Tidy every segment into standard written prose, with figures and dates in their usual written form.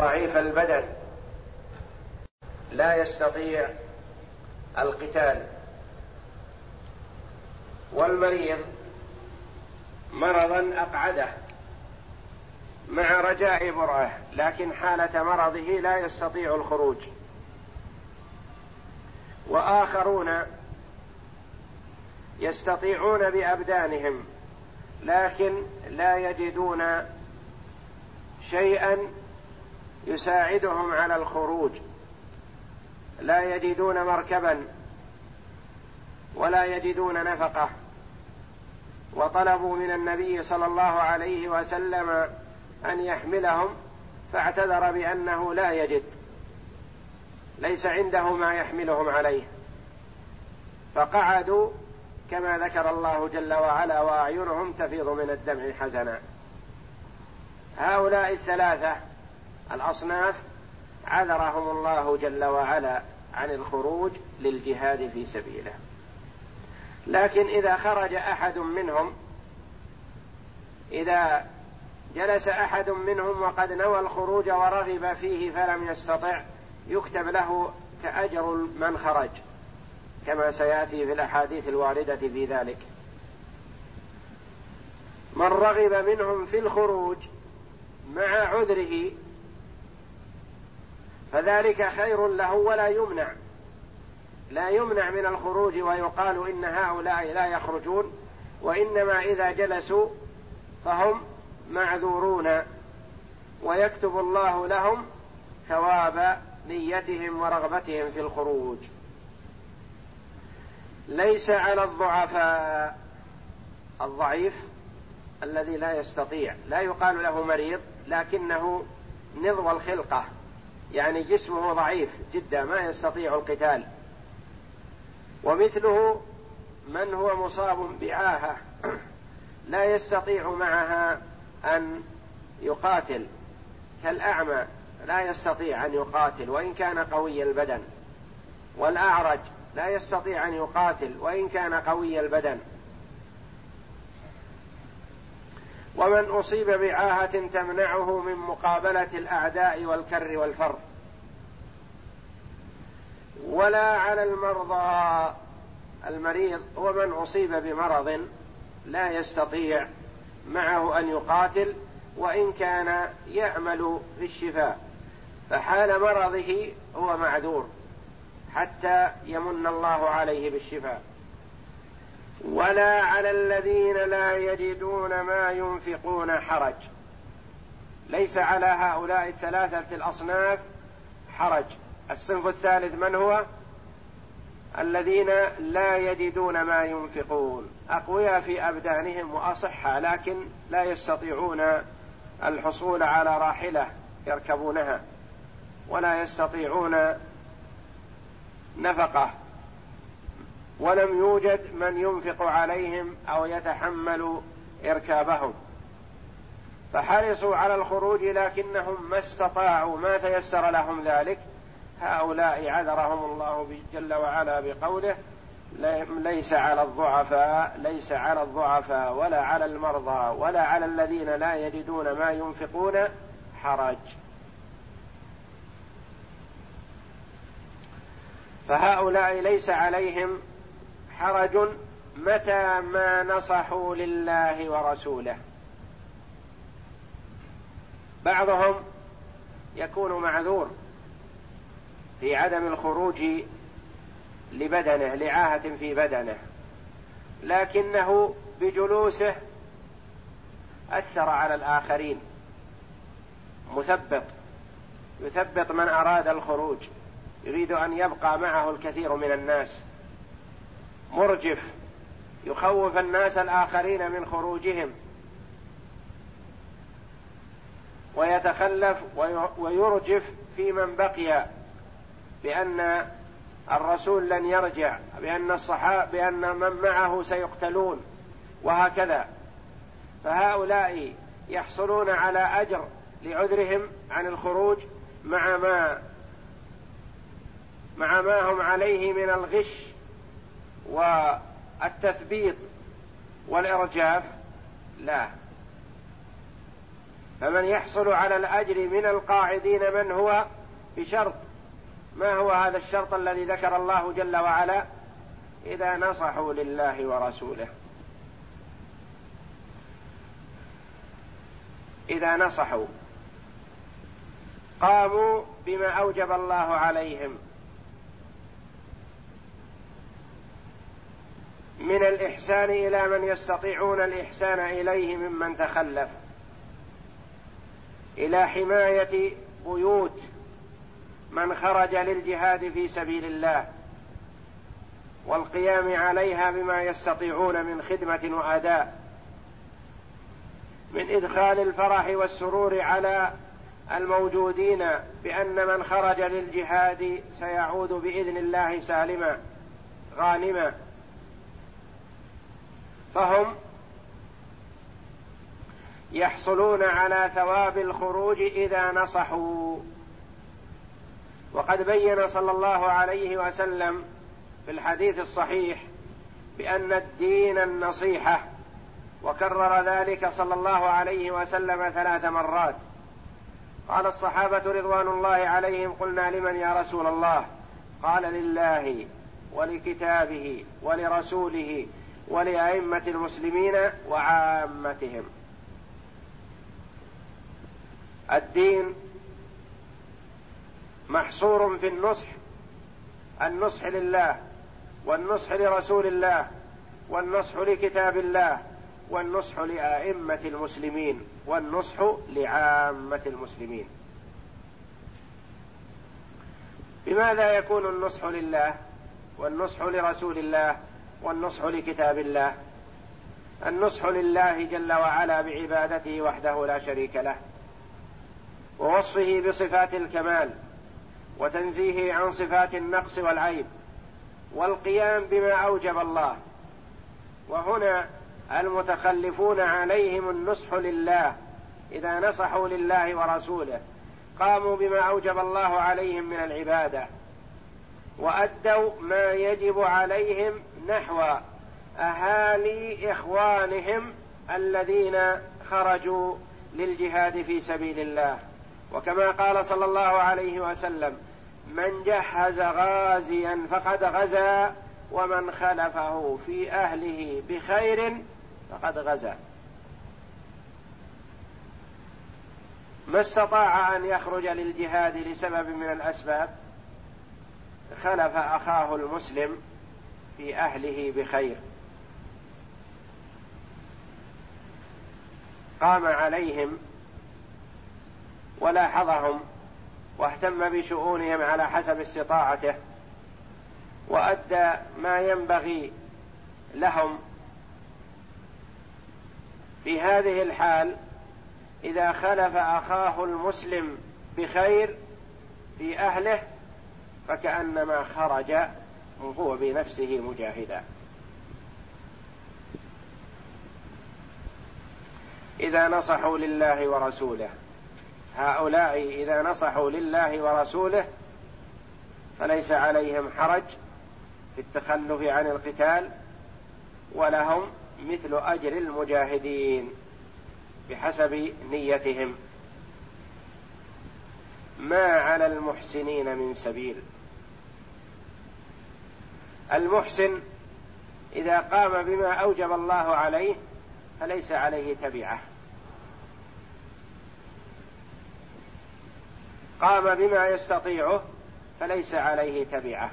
ضعيف البدن لا يستطيع القتال، والمريض مرضا أقعده مع رجاء برأه لكن حالة مرضه لا يستطيع الخروج، وآخرون يستطيعون بأبدانهم لكن لا يجدون شيئا يساعدهم على الخروج، لا يجدون مركبا ولا يجدون نفقة، وطلبوا من النبي صلى الله عليه وسلم أن يحملهم فاعتذر بأنه لا يجد، ليس عنده ما يحملهم عليه، فقعدوا كما ذكر الله جل وعلا وأعينهم تفيض من الدمع حزنا. هؤلاء الثلاثة الأصناف عذرهم الله جل وعلا عن الخروج للجهاد في سبيله، لكن إذا خرج أحد منهم، إذا جلس أحد منهم وقد نوى الخروج ورغب فيه فلم يستطع، يكتب له كأجر من خرج كما سيأتي في الأحاديث الواردة في ذلك. من رغب منهم في الخروج مع عذره فذلك خير له ولا يمنع، لا يمنع من الخروج ويقال إن هؤلاء لا يخرجون، وإنما إذا جلسوا فهم معذورون ويكتب الله لهم ثواب نيتهم ورغبتهم في الخروج. ليس على الضعفاء، الضعيف الذي لا يستطيع لا يقال له مريض لكنه نضو الخلقة، يعني جسمه ضعيف جدا ما يستطيع القتال، ومثله من هو مصاب بعاهة لا يستطيع معها أن يقاتل، كالأعمى لا يستطيع أن يقاتل وإن كان قوي البدن، والأعرج لا يستطيع أن يقاتل وإن كان قوي البدن، ومن أصيب بعاهة تمنعه من مقابلة الأعداء والكر والفر. ولا على المرضى، المريض هو من أصيب بمرض لا يستطيع معه أن يقاتل وإن كان يعمل في الشفاء، فحال مرضه هو معذور حتى يمن الله عليه بالشفاء. ولا على الذين لا يجدون ما ينفقون حرج، ليس على هؤلاء الثلاثة الأصناف حرج. الصنف الثالث من هو؟ الذين لا يجدون ما ينفقون، أقوياء في أبدانهم وأصحى لكن لا يستطيعون الحصول على راحلة يركبونها ولا يستطيعون نفقة، ولم يوجد من ينفق عليهم أو يتحمل إركابهم، فحرصوا على الخروج لكنهم ما استطاعوا، ما تيسر لهم ذلك. هؤلاء عذرهم الله جل وعلا بقوله ليس على الضعفاء، ليس على الضعفاء ولا على المرضى ولا على الذين لا يجدون ما ينفقون حرج. فهؤلاء ليس عليهم حرج متى ما نصحوا لله ورسوله. بعضهم يكون معذور في عدم الخروج لبدنه، لعاهة في بدنه، لكنه بجلوسه أثر على الآخرين، يثبط من أراد الخروج، يريد أن يبقى معه الكثير من الناس، مرجف يخوف الناس الآخرين من خروجهم، ويتخلف ويرجف في من بقي بأن الرسول لن يرجع، بأن من معه سيقتلون، وهكذا. فهؤلاء يحصلون على أجر لعذرهم عن الخروج مع ما هم عليه من الغش والتثبيط والإرجاف، لا، فمن يحصل على الأجر من القاعدين من هو بشرط. ما هو هذا الشرط الذي ذكر الله جل وعلا؟ إذا نصحوا لله ورسوله. إذا نصحوا قاموا بما أوجب الله عليهم من الإحسان إلى من يستطيعون الإحسان إليه ممن تخلف، إلى حماية بيوت من خرج للجهاد في سبيل الله والقيام عليها بما يستطيعون من خدمة وأداء، من إدخال الفرح والسرور على الموجودين بأن من خرج للجهاد سيعود بإذن الله سالما غانما، فهم يحصلون على ثواب الخروج إذا نصحوا. وقد بين صلى الله عليه وسلم في الحديث الصحيح بأن الدين النصيحة، وكرر ذلك صلى الله عليه وسلم 3 مرات. قال الصحابة رضوان الله عليهم: قلنا لمن يا رسول الله؟ قال: لله ولكتابه ولرسوله ولأئمة المسلمين وعامتهم. الدين محصور في النصح لله، والنصح لرسول الله، والنصح لكتاب الله، والنصح لأئمة المسلمين، والنصح لعامة المسلمين. بماذا يكون النصح لله والنصح لرسول الله والنصح لكتاب الله؟ النصح لله جل وعلا بعبادته وحده لا شريك له، ووصفه بصفات الكمال، وتنزيهه عن صفات النقص والعيب، والقيام بما أوجب الله. وهنا المتخلفون عليهم النصح لله، إذا نصحوا لله ورسوله قاموا بما أوجب الله عليهم من العبادة، وأدوا ما يجب عليهم نحو أهالي إخوانهم الذين خرجوا للجهاد في سبيل الله. وكما قال صلى الله عليه وسلم: من جهز غازيا فقد غزا، ومن خلفه في أهله بخير فقد غزا. ما استطاع أن يخرج للجهاد لسبب من الأسباب، خلف أخاه المسلم في أهله بخير، قام عليهم ولاحظهم واهتم بشؤونهم على حسب استطاعته، وأدى ما ينبغي لهم. في هذه الحال إذا خلف أخاه المسلم بخير في أهله فكأنما خرج هو بنفسه مجاهدا. إذا نصحوا لله ورسوله، هؤلاء إذا نصحوا لله ورسوله فليس عليهم حرج في التخلف عن القتال، ولهم مثل أجر المجاهدين بحسب نيتهم. ما على المحسنين من سبيل. المحسن إذا قام بما أوجب الله عليه فليس عليه تبعة، قام بما يستطيعه فليس عليه تبعة.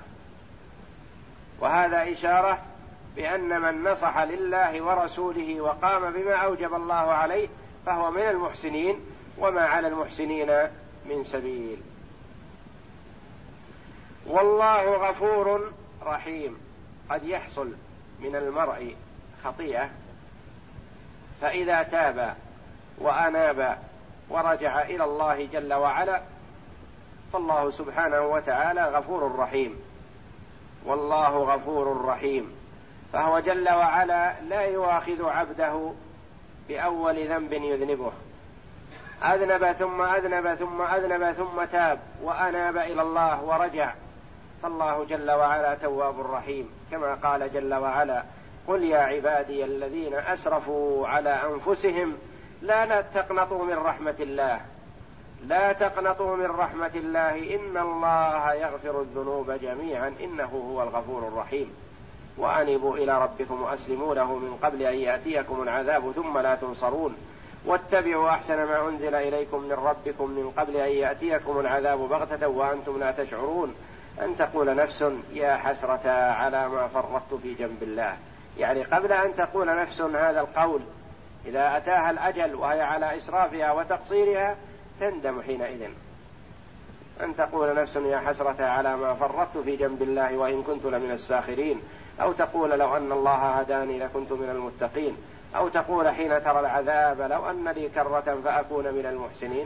وهذا إشارة بأن من نصح لله ورسوله وقام بما أوجب الله عليه فهو من المحسنين، وما على المحسنين من سبيل. والله غفور رحيم. قد يحصل من المرء خطيئة، فإذا تاب وأناب ورجع إلى الله جل وعلا فالله سبحانه وتعالى غفور رحيم. والله غفور رحيم، فهو جل وعلا لا يؤاخذ عبده بأول ذنب يذنبه، أذنب ثم أذنب ثم أذنب ثم تاب وأناب إلى الله ورجع، فالله جل وعلا تواب رحيم، كما قال جل وعلا: قل يا عبادي الذين أسرفوا على أنفسهم لا تقنطوا من رحمة الله، لا تقنطوا من رحمة الله، إن الله يغفر الذنوب جميعا إنه هو الغفور الرحيم، وأنيبوا إلى ربكم وأسلموا له من قبل أن يأتيكم العذاب ثم لا تنصرون، واتبعوا أحسن ما أنزل إليكم من ربكم من قبل أن يأتيكم العذاب بغتة وأنتم لا تشعرون، أن تقول نفس يا حسرة على ما فرطت في جنب الله. يعني قبل أن تقول نفس هذا القول إذا أتاها الأجل وهي على إسرافها وتقصيرها تندم حينئذ، أن تقول نفس يا حسرة على ما فرطت في جنب الله وإن كنت لمن الساخرين، أو تقول لو أن الله هداني لكنت من المتقين، أو تقول حين ترى العذاب لو أن لي كرة فأكون من المحسنين.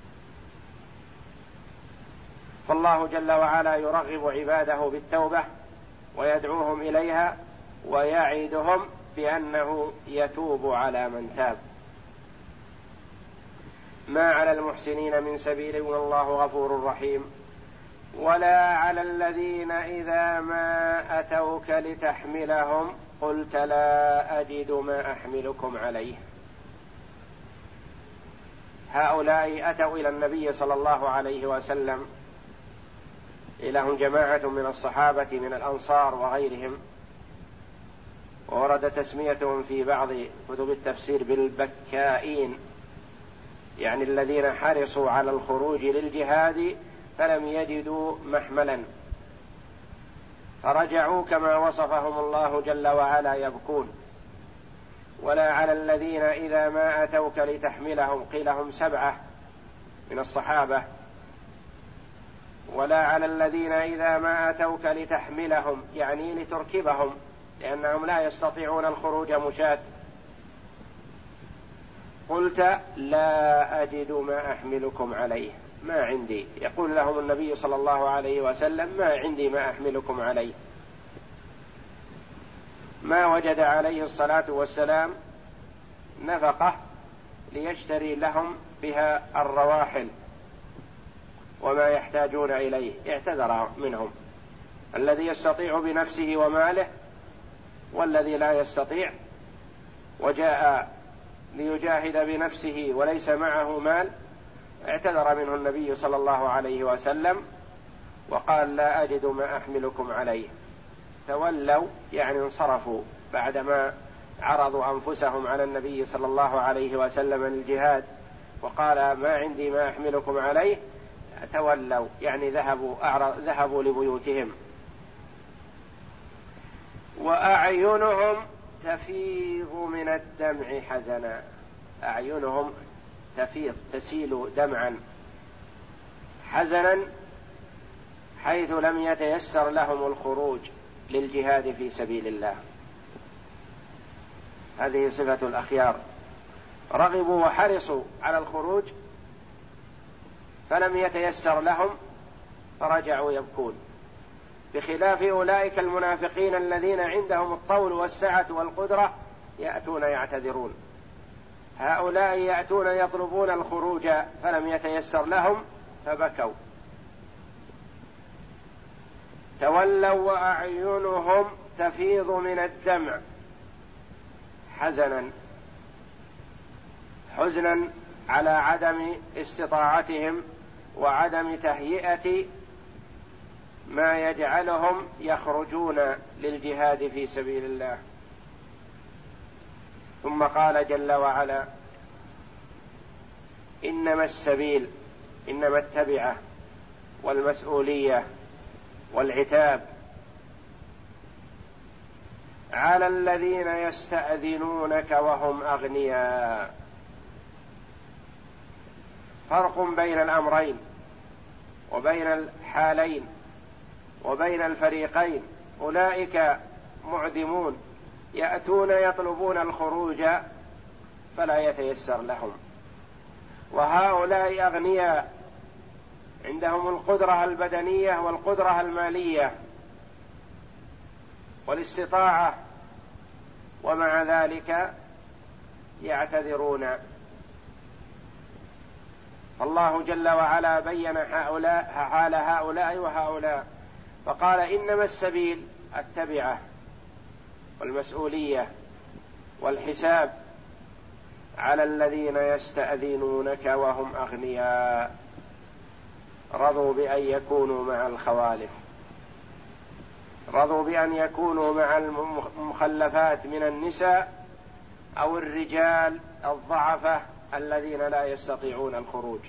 فالله جل وعلا يرغب عباده بالتوبة ويدعوهم إليها ويعدهم بأنه يتوب على من تاب. ما على المحسنين من سبيل والله غفور رحيم. ولا على الذين إذا ما أتوك لتحملهم قلت لا أجد ما أحملكم عليه. هؤلاء أتوا إلى النبي صلى الله عليه وسلم، إليهم جماعة من الصحابة من الأنصار وغيرهم، وورد تسميتهم في بعض كتب التفسير بالبكائين، يعني الذين حرصوا على الخروج للجهاد فلم يجدوا محملا فرجعوا كما وصفهم الله جل وعلا يبكون. ولا على الذين إذا ما أتوك لتحملهم، قيل هم 7 من الصحابة. ولا على الذين إذا ما أتوك لتحملهم، يعني لتركبهم، لأنهم لا يستطيعون الخروج مشاة. قلت لا أجد ما أحملكم عليه، ما عندي، يقول لهم النبي صلى الله عليه وسلم ما عندي ما أحملكم عليه. ما وجد عليه الصلاة والسلام نفقة ليشتري لهم بها الرواحل وما يحتاجون إليه، اعتذر منهم، الذي يستطيع بنفسه وماله والذي لا يستطيع وجاء ليجاهد بنفسه وليس معه مال اعتذر منه النبي صلى الله عليه وسلم وقال لا أجد ما أحملكم عليه. تولوا يعني انصرفوا بعدما عرضوا أنفسهم على النبي صلى الله عليه وسلم للجهاد وقال ما عندي ما أحملكم عليه، تولوا يعني ذهبوا لبيوتهم. وأعينهم تفيض من الدمع حزنا، أعينهم تفيض تسيل دمعا حزنا حيث لم يتيسر لهم الخروج للجهاد في سبيل الله. هذه صفة الأخيار، رغبوا وحرصوا على الخروج فلم يتيسر لهم فرجعوا يبكون، بخلاف أولئك المنافقين الذين عندهم الطول والسعة والقدرة يأتون يعتذرون. هؤلاء يأتون يطلبون الخروج فلم يتيسر لهم فبكوا. تولوا وأعينهم تفيض من الدمع حزنا على عدم استطاعتهم وعدم تهيئة ما يجعلهم يخرجون للجهاد في سبيل الله. ثم قال جل وعلا إنما السبيل، إنما التبعة والمسؤولية والعتاب على الذين يستأذنونك وهم أغنياء. فرق بين الأمرين وبين الحالين وبين الفريقين. أولئك معدمون يأتون يطلبون الخروج فلا يتيسر لهم، وهؤلاء أغنياء عندهم القدرة البدنية والقدرة المالية والاستطاعة ومع ذلك يعتذرون. الله جل وعلا بين حال هؤلاء وهؤلاء فقال إنما السبيل التبعة والمسؤولية والحساب على الذين يستأذنونك وهم أغنياء، رضوا بأن يكونوا مع الخوالف، رضوا بأن يكونوا مع المخلفات من النساء أو الرجال الضعفة الذين لا يستطيعون الخروج.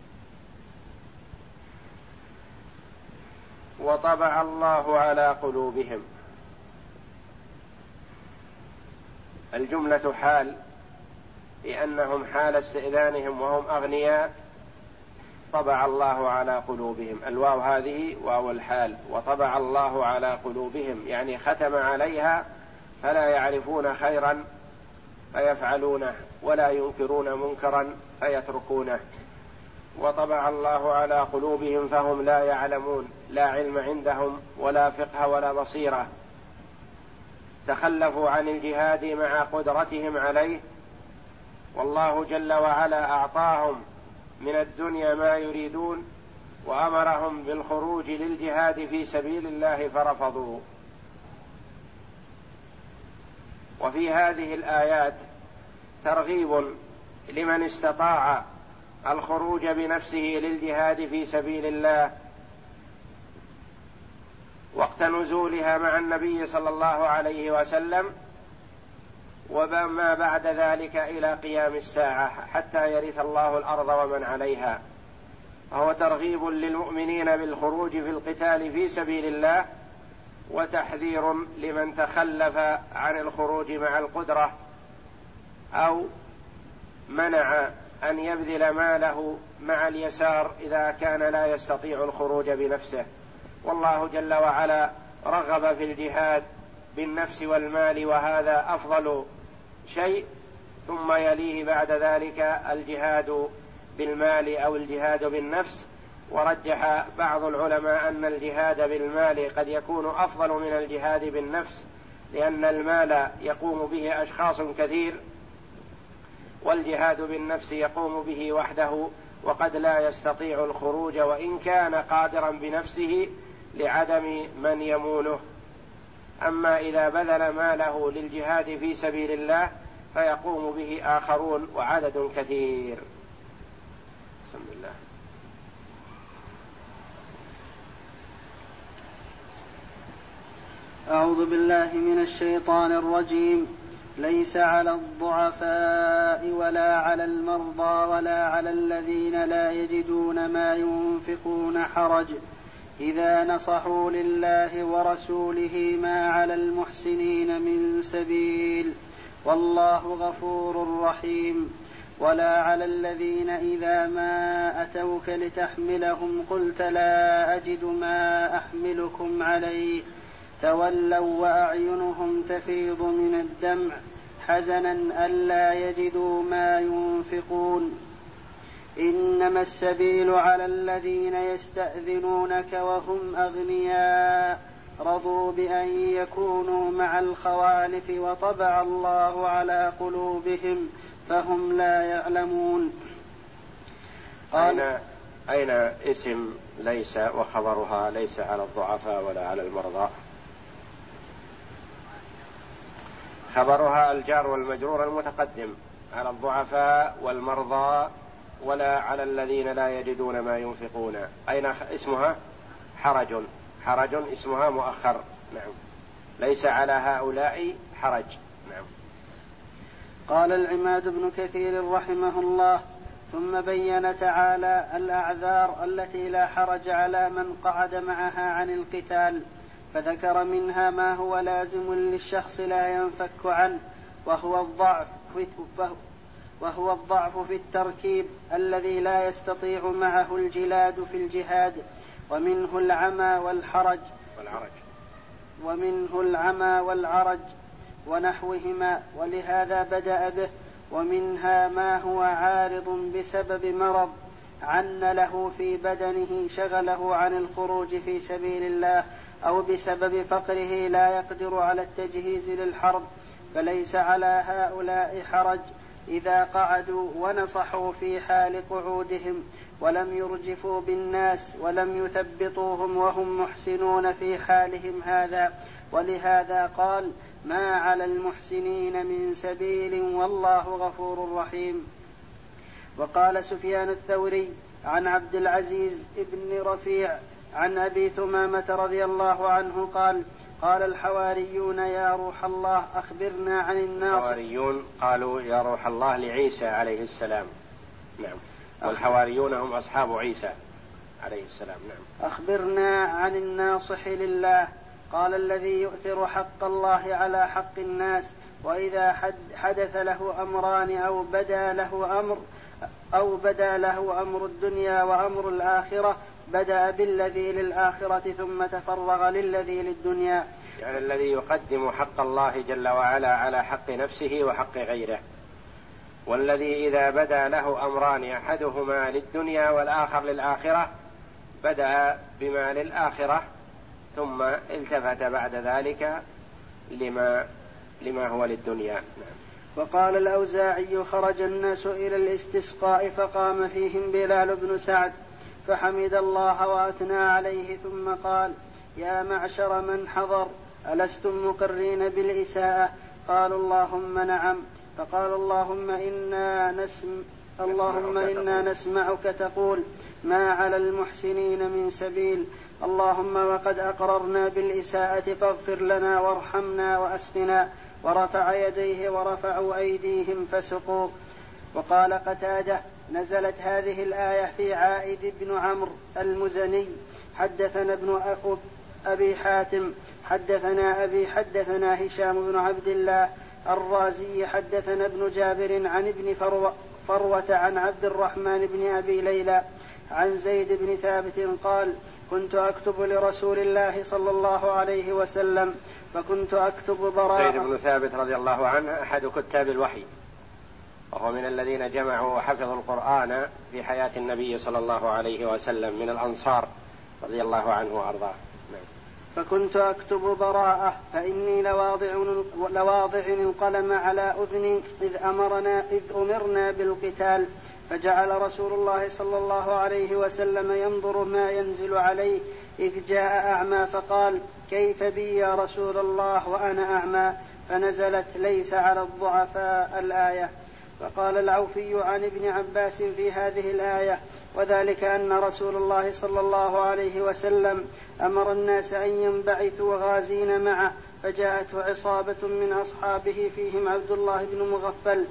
وطبع الله على قلوبهم، الجملة حال، لأنهم حال استئذانهم وهم أغنياء طبع الله على قلوبهم، الواو هذه واو الحال، وطبع الله على قلوبهم يعني ختم عليها فلا يعرفون خيرا فيفعلونه ولا ينكرون منكرا فيتركونه. وطبع الله على قلوبهم فهم لا يعلمون، لا علم عندهم ولا فقه ولا بصيرة، تخلفوا عن الجهاد مع قدرتهم عليه، والله جل وعلا أعطاهم من الدنيا ما يريدون وأمرهم بالخروج للجهاد في سبيل الله فرفضوا. وفي هذه الآيات ترغيب لمن استطاع الخروج بنفسه للجهاد في سبيل الله وقت نزولها مع النبي صلى الله عليه وسلم، وما بعد ذلك إلى قيام الساعة حتى يرث الله الأرض ومن عليها. فهو ترغيب للمؤمنين بالخروج في القتال في سبيل الله، وتحذير لمن تخلف عن الخروج مع القدرة أو منع أن يبذل ماله مع اليسار إذا كان لا يستطيع الخروج بنفسه. والله جل وعلا رغب في الجهاد بالنفس والمال، وهذا أفضل شيء، ثم يليه بعد ذلك الجهاد بالمال أو الجهاد بالنفس. ورجح بعض العلماء أن الجهاد بالمال قد يكون أفضل من الجهاد بالنفس، لأن المال يقوم به أشخاص كثير، والجهاد بالنفس يقوم به وحده وقد لا يستطيع الخروج وإن كان قادرا بنفسه لعدم من يمونه. أما إذا بذل ماله للجهاد في سبيل الله فيقوم به آخرون وعدد كثير. بسم الله. أعوذ بالله من الشيطان الرجيم. ليس على الضعفاء ولا على المرضى ولا على الذين لا يجدون ما ينفقون حرج إذا نصحوا لله ورسوله ما على المحسنين من سبيل والله غفور رحيم. ولا على الذين إذا ما أتوك لتحملهم قلت لا أجد ما أحملكم عليه تولوا وأعينهم تفيض من الدمع حزنا ألا يجدوا ما ينفقون. إنما السبيل على الذين يستأذنونك وهم أغنياء رضوا بأن يكونوا مع الخوالف وطبع الله على قلوبهم فهم لا يعلمون. أين اسم ليس وخبرها ليس على الضعفاء ولا على المرضى؟ خبرها الجار والمجرور المتقدم، على الضعفاء والمرضى ولا على الذين لا يجدون ما ينفقون. أين اسمها؟ حرج اسمها مؤخر. نعم. ليس على هؤلاء حرج. نعم. قال العماد بن كثير رحمه الله: ثم بين تعالى الأعذار التي لا حرج على من قعد معها عن القتال، فذكر منها ما هو لازم للشخص لا ينفك عنه، وهو الضعف في التركيب الذي لا يستطيع معه الجلاد في الجهاد، ومنه العمى والعرج ونحوهما، ولهذا بدأ به. ومنها ما هو عارض بسبب مرض عن له في بدنه شغله عن الخروج في سبيل الله، أو بسبب فقره لا يقدر على التجهيز للحرب، فليس على هؤلاء حرج إذا قعدوا ونصحوا في حال قعودهم ولم يرجفوا بالناس ولم يثبطوهم وهم محسنون في حالهم هذا، ولهذا قال: ما على المحسنين من سبيل والله غفور رحيم. وقال سفيان الثوري عن عبد العزيز بن رفيع عن أبي ثمامة رضي الله عنه قال: قال الحواريون يا روح الله أخبرنا عن الناصح. الحواريون قالوا يا روح الله لعيسى عليه السلام، نعم، والحواريون هم أصحاب عيسى عليه السلام، نعم. أخبرنا عن الناصح لله. قال: الذي يؤثر حق الله على حق الناس، وإذا حدث له أمران أو بدا له أمر الدنيا وأمر الآخرة بدأ بالذي للآخرة ثم تفرغ للذي للدنيا. يعني الذي يقدم حق الله جل وعلا على حق نفسه وحق غيره، والذي إذا بدا له أمران أحدهما للدنيا والآخر للآخرة بدأ بما للآخرة ثم التفت بعد ذلك لما هو للدنيا. وقال الأوزاعي: خرج الناس إلى الاستسقاء فقام فيهم بلال بن سعد فحمد الله وأثنى عليه ثم قال: يا معشر من حضر، ألستم مقرين بالإساءة؟ قالوا: اللهم نعم. فقال: اللهم إنا نسمعك تقول: ما على المحسنين من سبيل. اللهم وقد أقررنا بالإساءة فاغفر لنا وارحمنا وأسقنا. ورفع يديه ورفعوا أيديهم فسقوا. وقال قتادة: نزلت هذه الآية في عائد بن عمرو المزني. حدثنا ابن أبي حاتم حدثنا هشام بن عبد الله الرازي حدثنا ابن جابر عن ابن فروة عن عبد الرحمن بن أبي ليلى عن زيد بن ثابت قال: كنت أكتب لرسول الله صلى الله عليه وسلم فكنت أكتب براءة. زيد بن ثابت رضي الله عنه أحد كتاب الوحي، وهو من الذين جمعوا وحفظوا القرآن في حياة النبي صلى الله عليه وسلم من الأنصار رضي الله عنه وأرضاه. فكنت أكتب براءة فإني لواضع القلم على أذني إذ أمرنا بالقتال. فجعل رسول الله صلى الله عليه وسلم ينظر ما ينزل عليه إذ جاء أعمى فقال: كيف بي يا رسول الله وأنا أعمى؟ فنزلت: ليس على الضعفاء الآية. وقال العوفي عن ابن عباس في هذه الآية: وذلك أن رسول الله صلى الله عليه وسلم أمر الناس أن ينبعثوا غازين معه، فجاءته عصابة من أصحابه فيهم عبد الله بن مغفل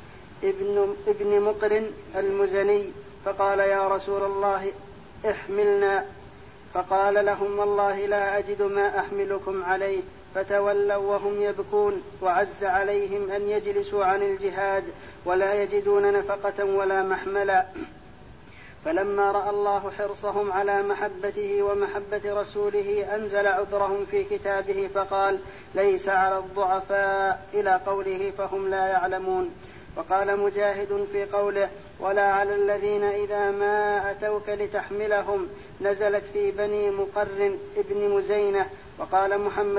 ابن مقرن المزني، فقال: يا رسول الله احملنا. فقال لهم: والله لا أجد ما أحملكم عليه. فتولوا وهم يبكون، وعز عليهم أن يجلسوا عن الجهاد ولا يجدون نفقة ولا محملا. فلما رأى الله حرصهم على محبته ومحبة رسوله أنزل عذرهم في كتابه فقال: ليس على الضعفاء إلى قوله فهم لا يعلمون. وقال مجاهد في قوله: ولا على الذين إذا ما أتوك لتحملهم نزلت في بني مقرن ابن مزينة. وقال محمد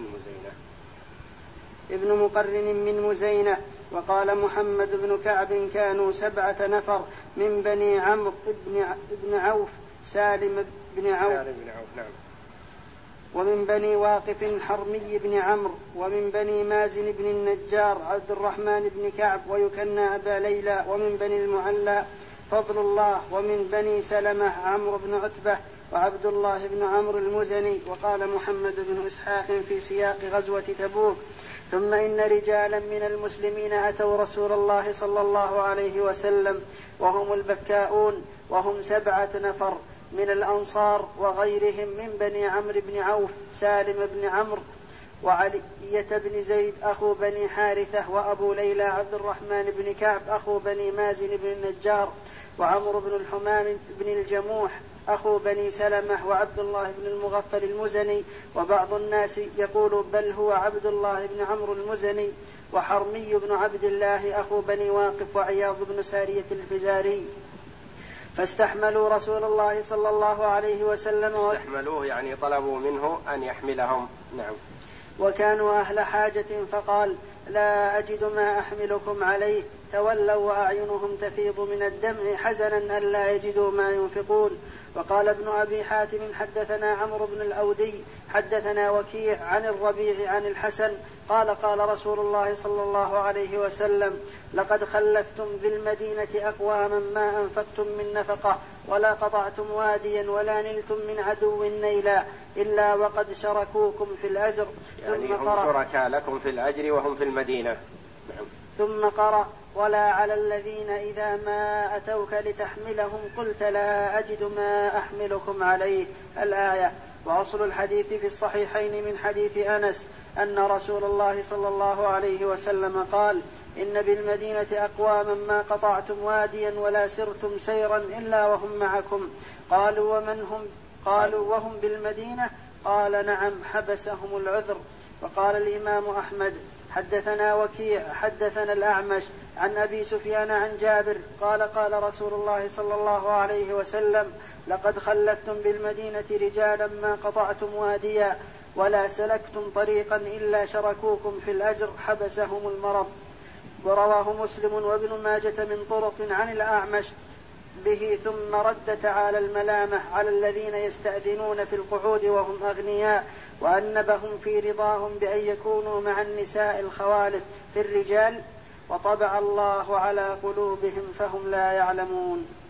ابن مقرن من مزينة. وقال محمد بن كعب: كانوا 7 نفر من بني عمرو بن عوف سالم بن عوف نعم. ومن بني واقف حرمي بن عمرو، ومن بني مازن بن النجار عبد الرحمن بن كعب ويكنى أبا ليلى، ومن بني المعلى فضل الله، ومن بني سلمة عمرو بن عتبة وعبد الله بن عمرو المزني. وقال محمد بن إسحاق في سياق غزوة تبوك: ثم إن رجالا من المسلمين أتوا رسول الله صلى الله عليه وسلم وهم البكاؤون، وهم 7 نفر من الأنصار وغيرهم من بني عمرو بن عوف سالم بن عمرو وعلية بن زيد أخو بني حارثة، وأبو ليلى عبد الرحمن بن كعب أخو بني مازن بن النجار، وعمرو بن الحمام بن الجموح أخو بني سلمة، وعبد الله بن المغفل المزني. وبعض الناس يقول: بل هو عبد الله بن عمرو المزني. وحرمي بن عبد الله أخو بني واقف، وعياض بن سارية الفزاري. فاستحملوا رسول الله صلى الله عليه وسلم. استحملوه يعني طلبوا منه أن يحملهم. نعم. وكانوا أهل حاجة، فقال: لا أجد ما أحملكم عليه. تولوا وأعينهم تفيض من الدمع حزنا ألا يجدوا ما ينفقون. وقال ابن أبي حاتم حدثنا عمرو بن الأودي حدثنا وكيع عن الربيع عن الحسن قال قال رسول الله صلى الله عليه وسلم: لقد خلفتم بالمدينة أقواما ما أنفقتم من نفقة ولا قطعتم واديا ولا نلتم من عدو نيلا إلا وقد شركوكم في الأجر. يعني هم شركاء لكم في الأجر وهم في المدينة. ثم قرأ: ولا على الذين إذا ما أتوك لتحملهم قلت لا أجد ما أحملكم عليه الآية. وأصل الحديث في الصحيحين من حديث أنس أن رسول الله صلى الله عليه وسلم قال: إن بالمدينة أقواما ما قطعتم واديا ولا سرتم سيرا إلا وهم معكم. قالوا: ومن هم؟ قالوا: وهم بالمدينة. قال: نعم، حبسهم العذر. وقال الإمام أحمد حدثنا وكيع حدثنا الأعمش عن أبي سفيان عن جابر قال قال رسول الله صلى الله عليه وسلم: لقد خلفتم بالمدينة رجالا ما قطعتم واديا ولا سلكتم طريقا إلا شركوكم في الأجر حبسهم المرض. ورواه مسلم وابن ماجة من طرق عن الأعمش به ثم رد تعالى الملامة على الذين يستأذنون في القعود وهم أغنياء وأنبهم في رضاهم بأن يكونوا مع النساء الخوالف في الرجال وطبع الله على قلوبهم فهم لا يعلمون.